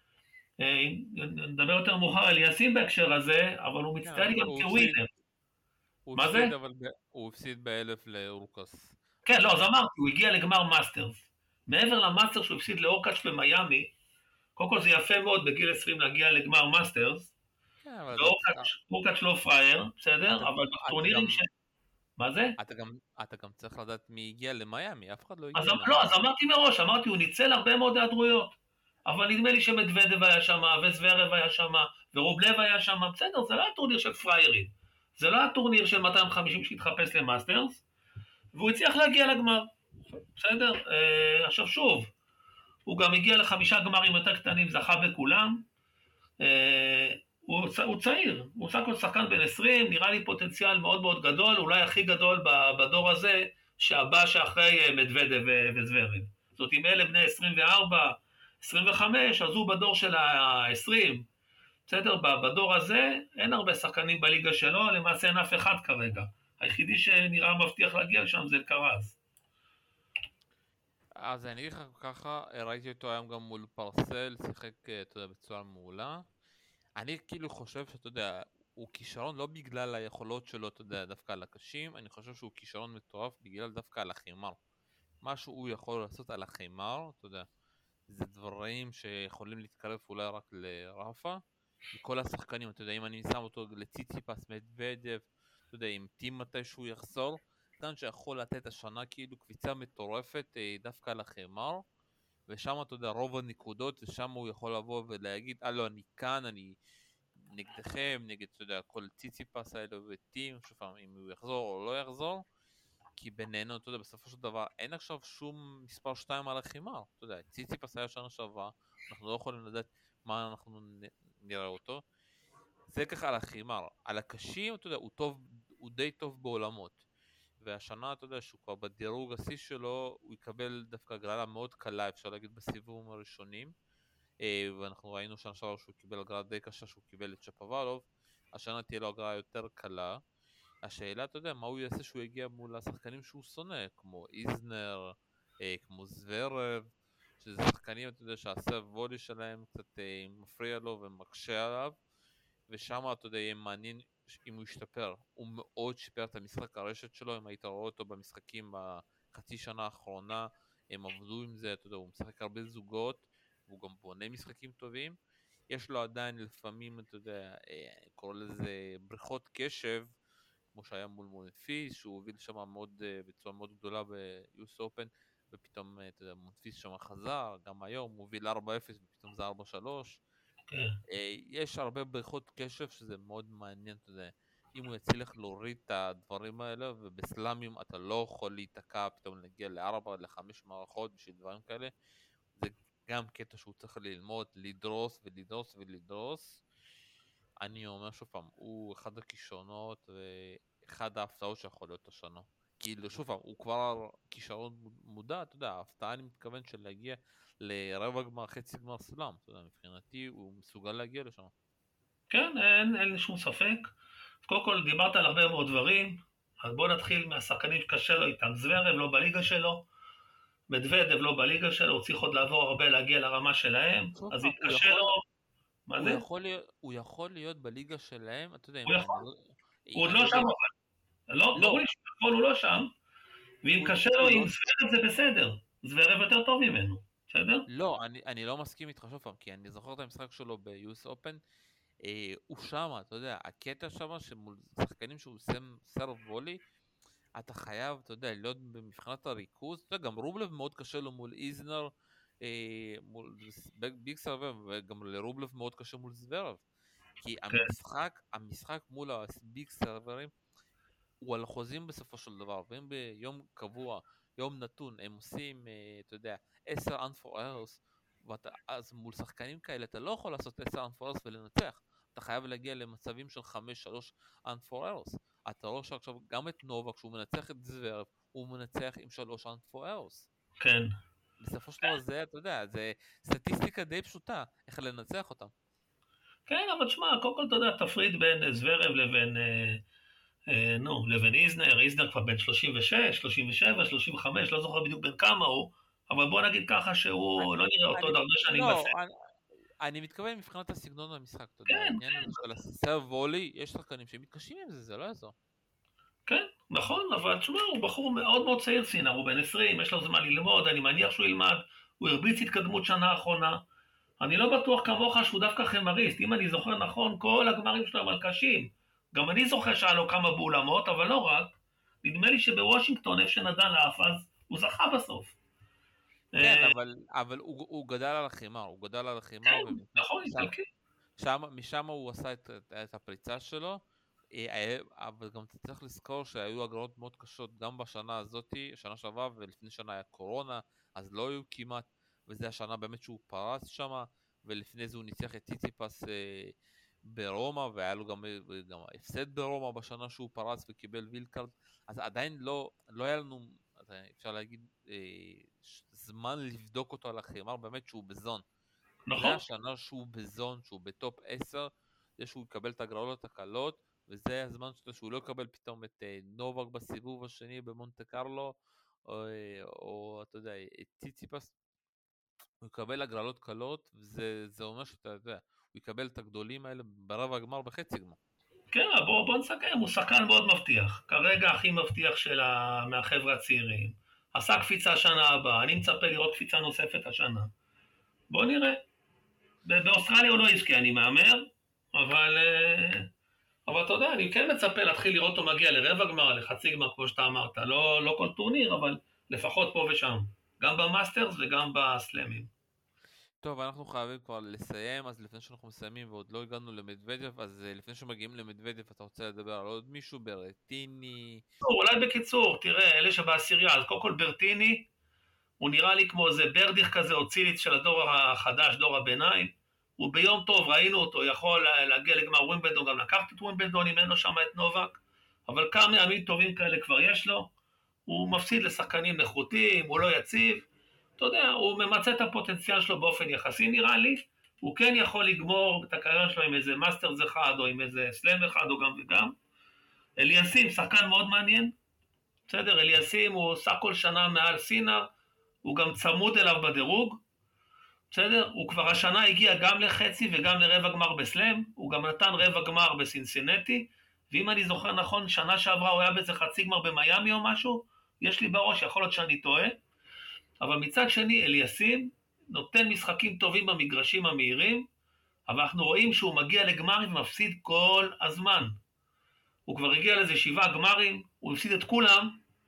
נדבר יותר מאוחר על יאסין בהקשר הזה, אבל הוא מצטיין גם כווינר. מה זה? הוא הפסיד באלף לאורקס. כן, לא, אז אמרתי, הוא הגיע לגמר מאסטרס. מעבר למאסטרס שהוא הפסיד לאורקס במיימי, קודם כל זה יפה מאוד בגיל עשרים להגיע לגמר מאסטרס, ואורקץ' לא פרייר, בסדר? אבל בטורנירים ש... מה זה? אתה גם צריך לדעת מי הגיע למיימי, אף אחד לא הגיע למיימי. לא, אז אמרתי מראש, אמרתי, הוא ניצל הרבה מאוד היעדרויות, אבל נדמה לי שמדוודב היה שם, וזוורב היה שם, ורובלב היה שם, בסדר, זה לא הטורניר של פריירים, זה לא הטורניר של מאתיים וחמישים שהתחפש למאסטרס, והוא הצליח להגיע לגמר, בסדר? עכשיו שוב, הוא גם הגיע לחמישה גמרים יותר קטנים, זכה בכולם. הוא, הוא צעיר, הוא סך הכל שחקן בן עשרים, נראה לי פוטנציאל מאוד מאוד גדול, אולי הכי גדול בדור הזה, שהבא שאחרי מדוודב וזוורב. זאת אומרת, אם אלה בני עשרים וארבע, עשרים וחמש, אז הוא בדור של ה-עשרים. בסדר, בדור הזה אין הרבה שחקנים בליגה שלו, למעשה אין אף אחד כרגע. היחידי שנראה מבטיח להגיע לשם זה אלקרז. אז אני אגיד לך ככה, ראיתי אותו היום גם מול פרסל, שיחק, אתה יודע, בצורה מעולה. אני כאילו חושב שאתה יודע, הוא כישרון לא בגלל היכולות שלו, אתה יודע, דווקא על הקשים, אני חושב שהוא כישרון מטורף בגלל דווקא על החימר. מה שהוא יכול לעשות על החימר, אתה יודע, זה דברים שיכולים להתקרב אולי רק לרפה. מכל השחקנים, אתה יודע, אם אני שם אותו לציציפס, מדוודב, אתה יודע, אם טים מתי שהוא יחזור, שחקן שיכול לתת השנה כאילו קפיצה מטורפת דווקא על החימר, ושם אתה יודע רוב הנקודות, ושם הוא יכול לבוא ולהגיד, הלו אני כאן, אני נגדכם, נגד אתה יודע כל ציציפס האלה וטים, שוב אם הוא יחזור או לא יחזור, כי בינינו אתה יודע בסופו של דבר אין עכשיו שום מספר שתיים על החימר, אתה יודע ציציפס היה שנה שעברה, אנחנו לא יכולים לדעת מה אנחנו נראה אותו, זה ככה על החימר. על הקשים אתה יודע הוא טוב, הוא די טוב בעולמות, והשנה אתה יודע שהוא כבר בדירוג השיא שלו, הוא יקבל דווקא הגרלה מאוד קלה, אפשר להגיד בסיבובים הראשונים, ואנחנו ראינו שנה שעברה שהוא קיבל הגרלה די קשה שהוא קיבל את שפוואלוב, השנה תהיה לו הגרלה יותר קלה. השאלה אתה יודע מה הוא יעשה שהוא יגיע מול השחקנים שהוא שונא, כמו איזנר, כמו זוורב, שזה שחקנים אתה יודע שהסרב וולי שלהם קצת מפריע לו ומקשה עליו, ושם אתה יודע יהיה מעניין אם הוא ישתפר. הוא מאוד שיפר את המשחק הרשת שלו, אם היית רואה אותו במשחקים בחצי שנה האחרונה, הם עבדו עם זה, אתה יודע, הוא משחק הרבה זוגות, והוא גם בונה משחקים טובים. יש לו עדיין לפעמים, אתה יודע, קורא לזה בריחות קשב, כמו שהיה מול מונפיס, שהוא הוביל שם מאוד, בצורה מאוד גדולה ב-יו אס Open, ופתאום, אתה יודע, מונפיס שם חזר, גם היום הוא הוביל ארבע אפס, ופתאום זה ארבע שלוש. יש הרבה בריחות קשב שזה מאוד מעניין, אתה יודע, אם הוא יצליח להוריד את הדברים האלה, ובסלאמים אתה לא יכול להתקע, פתאום להגיע לארבע, לחמש מערכות בשביל דברים כאלה, זה גם קטע שהוא צריך ללמוד, לדרוס ולדרוס ולדרוס. אני אומר שוב פעם, הוא אחד הכישרונות ואחד ההפתעות שיכול להיות השנה. כאילו שוב פעם, הוא כבר כישרון מודע, אתה יודע, ההפתעה אני מתכוון של להגיע לרבע גמר, חצי גמר סלאם, אתה יודע, מבחינתי הוא מסוגל להגיע לשם. כן, אין, אין שום ספק. קודם כל דיברת על הרבה מאוד דברים, אז בואו נתחיל מהשחקנים שקשה לו איתם. זוורב לא בליגה שלו, מדוודב לא בליגה שלו, הוא צריך עוד לעבור הרבה להגיע לרמה שלהם, שוב אז פעם, הוא יתקשה יכול, לו, מה הוא זה? יכול להיות, הוא יכול להיות בליגה שלהם, אתה יודע, הוא אני יכול, לא, הוא עוד אני לא לא יודע, שם אבל, לא, ברור לא, לי שהוא יכול, הוא לא שם, ואם הוא, קשה לו הוא עם לא, זוורב זה בסדר, זוורב יותר טוב ממנו, בסדר? לא, אני, אני לא מסכים איתך שוב פעם, כי אני זוכר את המשחק שלו ב-יו אס Open, אה, הוא שמה, אתה יודע, הקטע שמה שמול שחקנים שהוא שם סרב וולי, אתה חייב, אתה יודע, להיות במבחינת הריכוז, אתה יודע, גם רובלב מאוד קשה לו מול איזנר, אה, מול ביג סרבר, וגם לרובלב מאוד קשה מול זוורב, כי כן, המשחק, המשחק מול הביג סרברים, הוא על חוזים בסופו של דבר, ואם ביום קבוע, יום נתון, הם עושים, אה, אתה יודע, עשר unfor errors, ואתה, אז מול שחקנים כאלה אתה לא יכול לעשות עשר unfor errors ולנצח, אתה חייב להגיע למצבים של חמש שלוש unfor errors. אתה רואה שעכשיו גם את נובה, כשהוא מנצח את זוורב, הוא מנצח עם שלוש unfor errors. כן. בסופו של דבר זה, אתה יודע, זה סטטיסטיקה די פשוטה, איך לנצח אותם. כן, אבל תשמע, קודם כל אתה יודע, תפריד בין זוורב לבין, אה, אה, נו, לבין איזנר, איזנר כבר בן שלושים ושש, שלושים ושבע, שלושים וחמש, לא זוכר בדיוק בן כמה הוא, אבל בוא נגיד ככה שהוא אני, לא נראה אותו אני, עוד הרבה שנים בסדר. לא, אני, אני מתכוון מבחינת הסגנון המשחק, אתה יודע, כן, העניין הזה של הסרב וולי, יש שחקנים שמתקשים עם זה, זה לא יעזור. כן, נכון, אבל תשמע, הוא בחור מאוד מאוד צעיר סינר, הוא בן עשרים, יש לו זמן ללמוד, אני מניח שהוא ילמד, הוא הרביץ התקדמות שנה האחרונה. אני לא בטוח כמוך שהוא דווקא חמריסט, אם אני זוכר נכון, כל הגמרים שלו הם על קשים. גם אני זוכר שהיה לו כמה באולמות, אבל לא רק. נדמה לי שבוושינגטון, איפה שנדל עף, אז הוא זכה בסוף. כן, אה, אבל, אבל הוא, הוא גדל על החימר, הוא גדל על החימר, כן, נכון, ומשם איטלקי. שם, משם הוא עשה את, את, את הפריצה שלו, אה, היה- אבל גם אתה צריך לזכור שהיו הגרלות מאוד קשות גם בשנה הזאתי, שנה שעברה ולפני שנה היה קורונה, אז לא היו כמעט, וזה השנה באמת שהוא פרץ שם, ולפני זה הוא ניצח את ציציפס אה, ברומא, והיה לו גם, גם הפסד ברומא בשנה שהוא פרץ וקיבל וילקארד, אז עדיין לא, לא היה לנו, אפשר להגיד, אה, ש- זמן לבדוק אותו על החימר, באמת שהוא בזון. זה נכון, השנה שהוא בזון, שהוא בטופ עשר, זה שהוא יקבל את הגרלות הקלות, וזה הזמן שלו שהוא לא יקבל פתאום את אה, נובק בסיבוב השני במונטה קרלו, או, אה, או אתה יודע, את ציציפס, הוא יקבל הגרלות קלות, וזה זה אומר שאתה יודע, הוא יקבל את הגדולים האלה ברבע הגמר בחצי גמר. כן, בוא, בוא נסכם, הוא שחקן מאוד מבטיח. כרגע הכי מבטיח של ה... מהחבר'ה הצעירים. עשה קפיצה שנה הבאה, אני מצפה לראות קפיצה נוספת השנה. בוא נראה. באוסטרליה הוא לא יזכה, אני מהמר, אבל, אה, אבל אתה יודע, אני כן מצפה להתחיל לראות אותו מגיע לרבע גמר, לחצי גמר, כמו שאתה אמרת. לא, לא כל טורניר, אבל לפחות פה ושם. גם במאסטרס וגם בסלאמים. טוב, אנחנו חייבים כבר לסיים, אז לפני שאנחנו מסיימים ועוד לא הגענו למדוודף, אז אה, לפני שמגיעים למדוודף אתה רוצה לדבר על עוד מישהו, ברטיני? אולי בקיצור, תראה, אלה שבעשירייה, אז קודם כל ברטיני, הוא נראה לי כמו איזה ברדיך כזה, או ציליץ של הדור החדש, דור הביניים. הוא ביום טוב, ראינו אותו, יכול להגיע לגמר ווימבלדון, גם לקחת את ווימבלדון אם אין לו שם את נובק, אבל כמה ימים טובים כאלה כבר יש לו. הוא מפסיד לשחקנים נחותים, הוא לא יציב. אתה יודע, הוא ממצא את הפוטנציאל שלו באופן יחסי נראה לי. הוא כן יכול לגמור את הקריירה שלו עם איזה מאסטרס אחד, או עם איזה סלאם אחד, או גם וגם. אליאסים, שחקן מאוד מעניין. בסדר, אליאסים הוא סך כל שנה מעל סינר, הוא גם צמוד אליו בדירוג, בסדר? הוא כבר השנה הגיע גם לחצי וגם לרבע גמר בסלאם, הוא גם נתן רבע גמר בסינסינטי, ואם אני זוכר נכון, שנה שעברה הוא היה באיזה חצי גמר במיאמי או משהו, יש לי בראש, יכול להיות שאני טועה, אבל מצד שני, אליאסים נותן משחקים טובים במגרשים המהירים, אבל אנחנו רואים שהוא מגיע לגמרים ומפסיד כל הזמן. הוא כבר הגיע לאיזה שבעה גמרים, הוא הפסיד את כולם,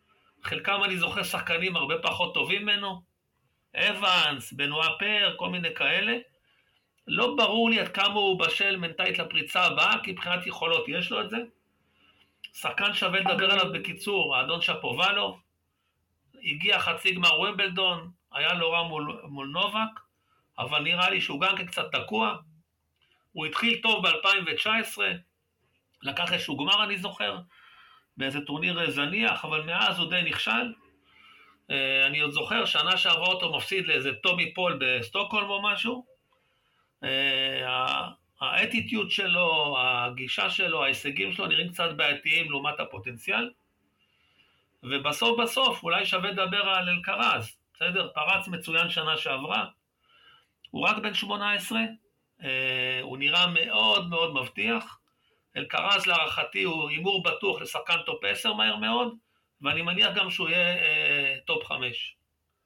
חלקם אני זוכר שחקנים הרבה פחות טובים ממנו, אבנס, בנועה פר, כל מיני כאלה. לא ברור לי עד כמה הוא בשל מנטלית לפריצה הבאה, כי מבחינת יכולות יש לו את זה. שחקן שווה לדבר עליו בקיצור, האדון שפובלוב, הגיע חצי גמר ווימבלדון, היה לו רע מול, מול נובק, אבל נראה לי שהוא גם קצת תקוע. הוא התחיל טוב ב-אלפיים תשע עשרה, לקח איזשהו גמר אני זוכר, באיזה טורניר זניח, אבל מאז הוא די נכשל. אני עוד זוכר, שנה שעברה אותו מפסיד לאיזה טומי פול בסטוקהולם או משהו. האטיטיוד שלו, הגישה שלו, ההישגים שלו נראים קצת בעייתיים לעומת הפוטנציאל. ובסוף בסוף אולי שווה לדבר על אלקרז. בסדר? פרץ מצוין שנה שעברה, הוא רק בן שמונה עשרה, הוא נראה מאוד מאוד מבטיח, אלקרז להערכתי הוא הימור בטוח לשחקן טופ עשר מהר מאוד, ואני מניח גם שהוא יהיה אה, טופ חמש.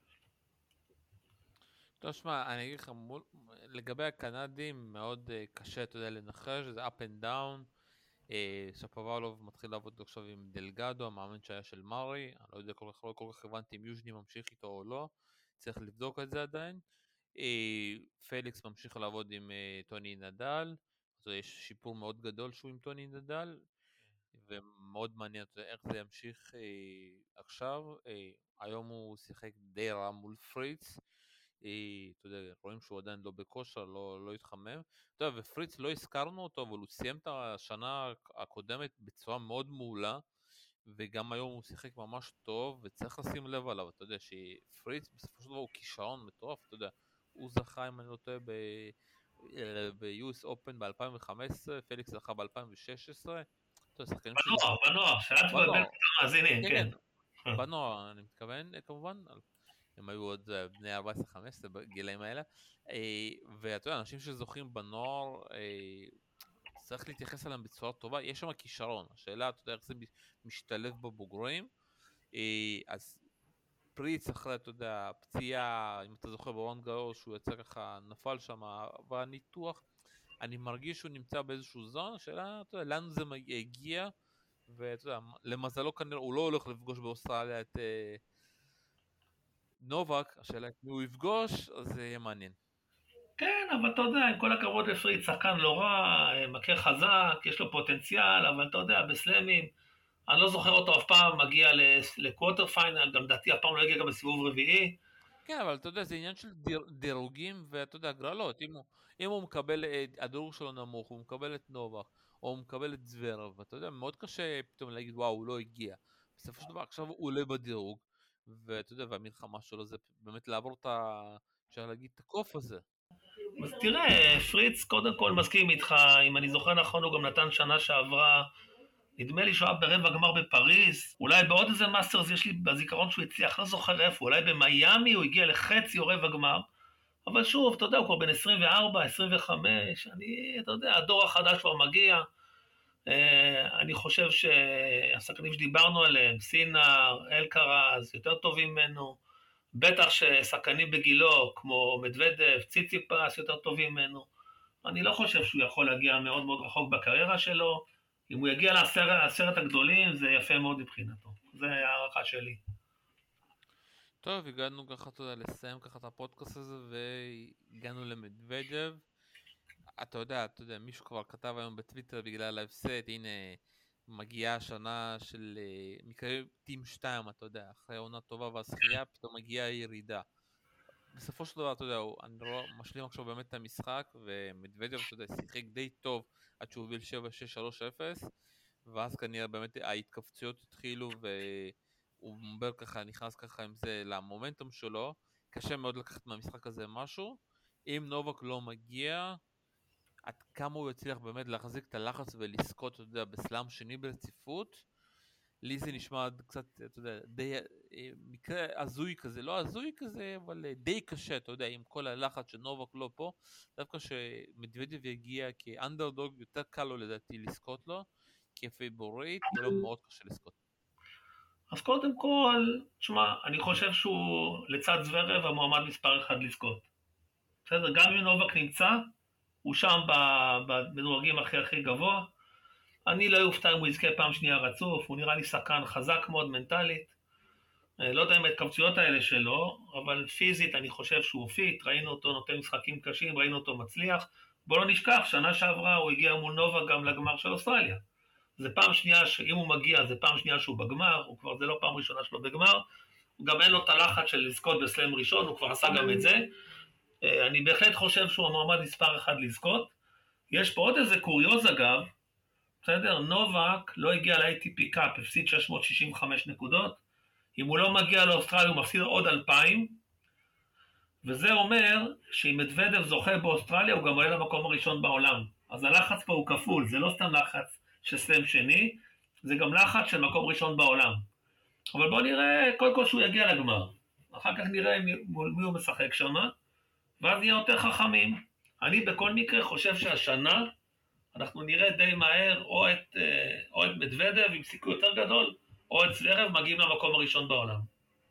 טוב, שמע, אני אגיד לך, מול, לגבי הקנדים, מאוד uh, קשה, אתה יודע, לנחש, זה up and down. uh, שפוואלוב מתחיל לעבוד עכשיו עם דלגדו, המאמן שהיה של מארי, אני לא יודע כל כך, לא כל כך הבנתי אם יוז'ני ממשיך איתו או לא, צריך לבדוק את זה עדיין. uh, פליקס ממשיך לעבוד עם uh, טוני נדל, אז יש שיפור מאוד גדול שהוא עם טוני נדל, ומאוד מעניין איך זה ימשיך אה, עכשיו. אה, היום הוא שיחק די רע מול פריץ, אה, אתה יודע, רואים שהוא עדיין לא בכושר, לא, לא התחמם. אתה יודע, ופריץ לא הזכרנו אותו, אבל הוא סיים את השנה הקודמת בצורה מאוד מעולה, וגם היום הוא שיחק ממש טוב, וצריך לשים לב עליו, אתה יודע, שפריץ בסופו של דבר הוא כישרון מטורף, אתה יודע, הוא זכה, אם אני לא טועה, ב... ב-יו אס Open ב-אלפיים וחמש עשרה, פליקס זכה ב-אלפיים ושש עשרה. בנוער, בנוער, שאת תבלבל את המאזינים, כן. בנוער, אני מתכוון, כמובן, הם היו עוד בני ארבע עשרה חמש עשרה בגילאים האלה, ואתה יודע, אנשים שזוכים בנוער, צריך להתייחס אליהם בצורה טובה, יש שם כישרון, השאלה, אתה יודע, איך זה משתלב בבוגרים, אז פריץ אחרי, אתה יודע, פציעה, אם אתה זוכר ברון גאו, שהוא יצא ככה, נפל שם, והניתוח, אני מרגיש שהוא נמצא באיזשהו זון, השאלה, אתה יודע, לאן זה הגיע, ואתה יודע, למזלו כנראה, הוא לא הולך לפגוש באוסטרליה את אה, נובק, השאלה, אם הוא יפגוש, אז זה יהיה מעניין. כן, אבל אתה יודע, עם כל הכבוד לפריץ, שחקן לא רע, מכר חזק, יש לו פוטנציאל, אבל אתה יודע, בסלמים, אני לא זוכר אותו אף פעם, מגיע לקווטר פיינל, גם דעתי אף פעם לא הגיע גם בסיבוב רביעי. כן, אבל אתה יודע, זה עניין של דיר, דירוגים, ואתה יודע, גרלות, אם הוא, אם הוא מקבל, הדירוג שלו נמוך, הוא מקבל את נובק, או הוא מקבל את זוורב, ואתה יודע, מאוד קשה פתאום להגיד, וואו, הוא לא הגיע. בסופו של דבר, עכשיו הוא עולה בדירוג, ואתה יודע, והמלחמה שלו זה באמת לעבור את ה... אפשר להגיד, את הקוף הזה. אז תראה, פריץ קודם כל מסכים איתך, אם אני זוכר נכון, הוא גם נתן שנה שעברה, נדמה לי שהוא היה ברבע גמר בפריז, אולי בעוד איזה מאסטרס יש לי בזיכרון שהוא הצליח, לא זוכר איפה, אולי במיימי הוא הגיע לחצי או רבע גמר, אבל שוב, אתה יודע, הוא כבר בן עשרים וארבע, עשרים וחמש, אני, אתה יודע, הדור החדש כבר מגיע, אני חושב שהשחקנים שדיברנו עליהם, סינר, אלקרז, יותר טובים ממנו, בטח ששחקנים בגילו, כמו מדוודב, ציציפס, יותר טובים ממנו, אני לא חושב שהוא יכול להגיע מאוד מאוד רחוק בקריירה שלו, אם הוא יגיע לעשרת הגדולים, זה יפה מאוד מבחינתו. זה הערכה שלי. טוב, הגענו ככה, אתה יודע, לסיים ככה את הפודקאסט הזה, והגענו למדוודב. אתה יודע, אתה יודע, מישהו כבר כתב היום בטוויטר בגלל ההפסד, הנה, מגיעה השנה של מקרה טים שתיים, אתה יודע, אחרי עונה טובה והשחייה, פתאום מגיעה ירידה. בסופו של דבר, אתה יודע, אני לא משלים עכשיו באמת את המשחק, ומדוודב, אתה יודע, שיחק די טוב עד שהוא הוביל שבע שש שלוש אפס, ואז כנראה באמת ההתכווצויות התחילו, והוא מובר ככה, נכנס ככה עם זה למומנטום שלו, קשה מאוד לקחת מהמשחק הזה משהו. אם נובק לא מגיע, עד כמה הוא יצליח באמת להחזיק את הלחץ ולזכות, אתה יודע, בסלאם שני ברציפות, לי זה נשמע קצת, אתה יודע, די, מקרה הזוי כזה, לא הזוי כזה, אבל די קשה, אתה יודע, עם כל הלחץ שנובק לא פה, דווקא שמדוודב יגיע כאנדרדוג, יותר קל לו לדעתי לזכות לו, כפייבורית, יהיה לו מאוד קשה לזכות. אז קודם כל, תשמע, אני חושב שהוא לצד זוורב המועמד מספר אחד לזכות. בסדר, גם אם נובק נמצא, הוא שם במדורגים הכי הכי גבוה, אני לא יופתע אם הוא יזכה פעם שנייה רצוף, הוא נראה לי שחקן חזק מאוד מנטלית, לא יודע אם ההתכווצויות האלה שלו, אבל פיזית אני חושב שהוא פיט, ראינו אותו נותן משחקים קשים, ראינו אותו מצליח, בוא לא נשכח, שנה שעברה הוא הגיע מול נובה גם לגמר של אוסטרליה, זה פעם שנייה, אם הוא מגיע זה פעם שנייה שהוא בגמר, הוא כבר זה לא פעם ראשונה שלו בגמר, הוא גם אין לו את הלחץ של לזכות בסלם ראשון, הוא כבר עשה גם את זה, אני בהחלט חושב שהוא המועמד מספר אחד לזכות, יש פה עוד איזה קוריוז אגב, בסדר, נובק לא הגיע ל-איי טי פי קאפ, הפסיד שש מאות שישים וחמש נקודות, אם הוא לא מגיע לאוסטרליה הוא מפסיד עוד אלפיים, וזה אומר שאם מדוודב זוכה באוסטרליה הוא גם עולה למקום הראשון בעולם, אז הלחץ פה הוא כפול, זה לא סתם לחץ של סלם שני, זה גם לחץ של מקום ראשון בעולם, אבל בוא נראה קודם כל שהוא יגיע לגמר, אחר כך נראה מי, מול מי הוא משחק שם, ואז נהיה יותר חכמים. אני בכל מקרה חושב שהשנה אנחנו נראה די מהר או את, או את מדוודב עם סיכוי יותר גדול, או את זוורב מגיעים למקום הראשון בעולם.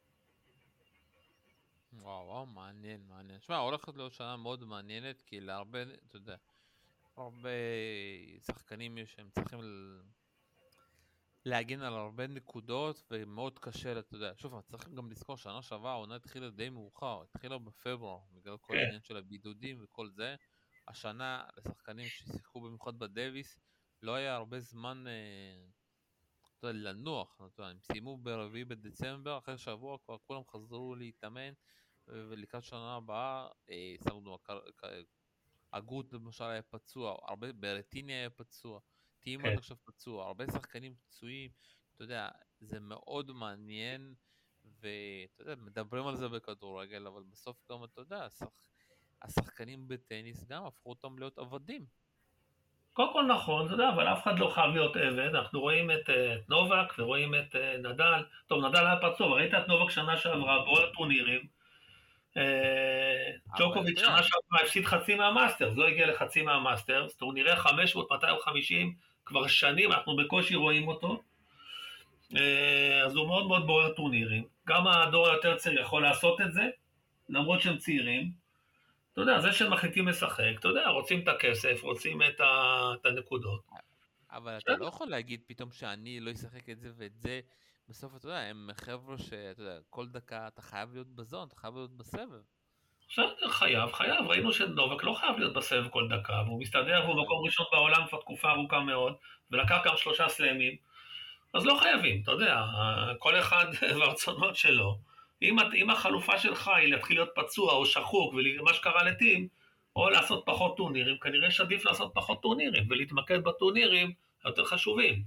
וואו, וואו, מעניין, מעניין. שמע, הולכת להיות שנה מאוד מעניינת, כי להרבה, אתה יודע, הרבה שחקנים יש שהם צריכים ל... להגן על הרבה נקודות, ומאוד קשה, אתה יודע. שוב, צריך גם לזכור, שנה שעברה העונה התחילה די מאוחר, התחילה בפברואר, בגלל כל כן. העניין של הבידודים וכל זה. השנה, לשחקנים ששיחקו במיוחד בדוויס, לא היה הרבה זמן אה, אתה יודע, לנוח. אתה יודע, הם סיימו ברביעי בדצמבר, אחרי שבוע כבר כולם חזרו להתאמן, ולקראת שנה הבאה, אה, שמנו, הגות למשל היה פצוע, הרבה, ברטיני היה פצוע, טים כן. עד עכשיו פצוע, הרבה שחקנים פצועים, אתה יודע, זה מאוד מעניין, ואתה יודע, מדברים על זה בכדורגל, אבל בסוף גם, אתה יודע, השח... השחקנים בטניס גם הפכו אותם להיות עבדים. קודם כל נכון, אתה יודע, אבל אף אחד לא חייב להיות עבד, אנחנו רואים את, את נובק ורואים את נדל, טוב, נדל היה פצוע, ראית את נובק שנה שעברה בעוד הטורנירים, ג'וקוביץ' שנה שעברה הפסיד חצי מהמאסטרס, לא הגיע לחצי מהמאסטרס, טורנירי חמש מאות מאתיים וחמישים, כבר שנים, אנחנו בקושי רואים אותו, אז הוא מאוד מאוד בוער טורנירים, גם הדור היותר צעיר יכול לעשות את זה, למרות שהם צעירים, אתה יודע, זה שהם מחליטים לשחק, אתה יודע, רוצים את הכסף, רוצים את, ה... את הנקודות. אבל אתה לא יכול להגיד פתאום שאני לא אשחק את זה ואת זה, בסוף אתה יודע, הם חבר'ה שאתה יודע, כל דקה אתה חייב להיות בזון, אתה חייב להיות בסבב. עכשיו חייב, חייב, ראינו שנובק לא חייב להיות בסבב כל דקה, והוא מסתדר, והוא מקום ראשון בעולם כבר תקופה ארוכה מאוד, ולקח גם שלושה סלמים, אז לא חייבים, אתה יודע, כל אחד והרצונות שלו. אם, אם החלופה שלך היא להתחיל להיות פצוע או שחוק, ומה שקרה לטים, או לעשות פחות טורנירים, כנראה שעדיף לעשות פחות טורנירים, ולהתמקד בטורנירים היותר חשובים.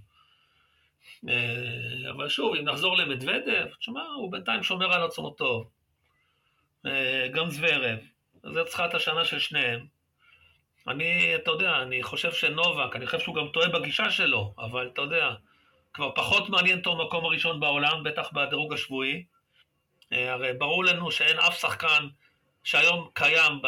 אבל שוב, אם נחזור למדוודב, תשמע, הוא בינתיים שומר על עצמו טוב. גם זוורב, זה צריכה את השנה של שניהם. אני, אתה יודע, אני חושב שנובק, אני חושב שהוא גם טועה בגישה שלו, אבל אתה יודע, כבר פחות מעניין אותו מקום הראשון בעולם, בטח בדירוג השבועי. הרי ברור לנו שאין אף שחקן שהיום קיים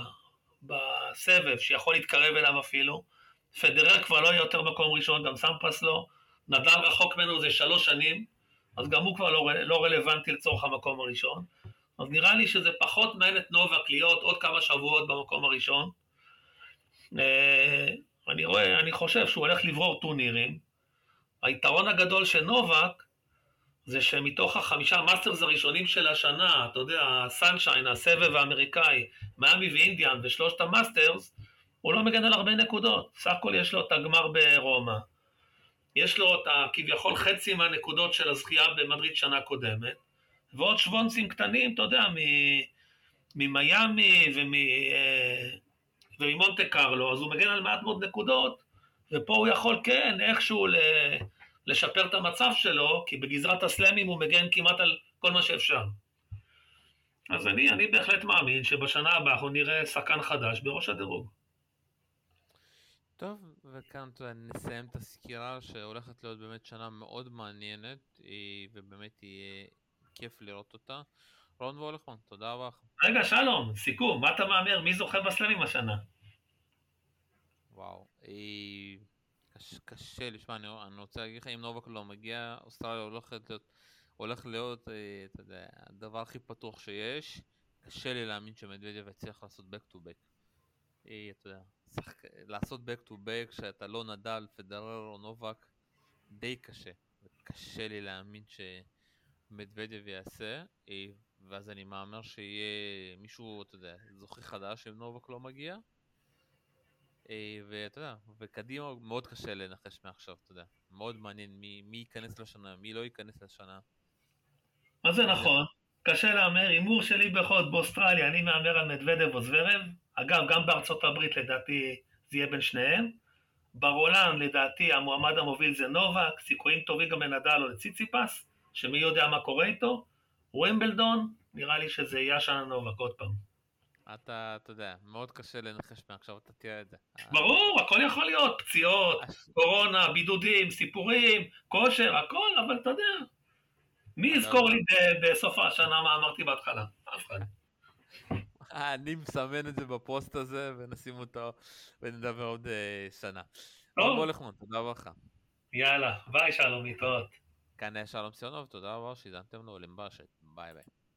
בסבב שיכול להתקרב אליו אפילו. פדרר כבר לא יהיה יותר מקום ראשון, גם סמפרס לא. נדל רחוק ממנו זה שלוש שנים, אז גם הוא כבר לא, לא רלוונטי לצורך המקום הראשון. אז נראה לי שזה פחות מעניין את נובק להיות עוד כמה שבועות במקום הראשון. אני רואה, אני חושב שהוא הולך לברור טורנירים. היתרון הגדול של נובק, זה שמתוך החמישה מאסטרס הראשונים של השנה, אתה יודע, הסנשיין, הסבב האמריקאי, מיאמי ואינדיאן ושלושת המאסטרס, הוא לא מגן על הרבה נקודות. סך הכל יש לו את הגמר ברומא. יש לו את כביכול חצי מהנקודות של הזכייה במדריד שנה קודמת, ועוד שוונצים קטנים, אתה יודע, ממיימי וממונטה קרלו, אז הוא מגן על מעט מאוד נקודות, ופה הוא יכול כן איכשהו לשפר את המצב שלו, כי בגזרת הסלמים הוא מגן כמעט על כל מה שאפשר. אז אני, אני בהחלט מאמין שבשנה הבאה אנחנו נראה שחקן חדש בראש הדירוג. טוב, וכאן נסיים את הסקירה שהולכת להיות באמת שנה מאוד מעניינת, ובאמת יהיה כיף לראות אותה. רון וולכמן, תודה רבה. רגע, שלום, סיכום, מה אתה מאמר? מי זוכה בסלמים השנה? וואו, קשה, קשה לשמע, אני, אני רוצה להגיד לך, אם נובק לא מגיע, אוסטרליה הולכת להיות, הולך להיות, אתה יודע, הדבר הכי פתוח שיש. קשה לי להאמין שמדוודב יצליח לעשות back to back. אתה יודע, שחק... לעשות back to back שאתה לא נדל, פדרר או נובק, די קשה. וקשה לי להאמין שמדוודב יעשה, ואז אני מאמר שיהיה מישהו, אתה יודע, זוכי חדש אם נובק לא מגיע. ואתה יודע, וקדימה מאוד קשה לנחש מעכשיו, אתה יודע. מאוד מעניין מי, מי ייכנס לשנה, מי לא ייכנס לשנה. אז זה נכון, קשה לאמר, הימור שלי בחוד באוסטרליה, אני מאמר על מדוודב או זוורב, אגב, גם בארצות הברית לדעתי זה יהיה בין שניהם, ברולן לדעתי המועמד המוביל זה נובק, סיכויים טובים גם לנדל או לציציפס, שמי יודע מה קורה איתו, ווימבלדון, נראה לי שזה יהיה השנה נובק עוד פעם. אתה, אתה יודע, מאוד קשה לנחש מעכשיו, אתה תראה את זה. ברור, הכל יכול להיות, פציעות, קורונה, בידודים, סיפורים, כושר, הכל, אבל אתה יודע, מי יזכור לי בסוף השנה מה אמרתי בהתחלה? אף אחד. אני מסמן את זה בפוסט הזה, ונשים אותו, ונדבר עוד שנה. טוב. בוא בוא לכמון, תודה רבה לך. יאללה, ביי שלום, להתראות. כאן שלום סיונוב, תודה רבה שהזנתם לו למברשת, ביי ביי.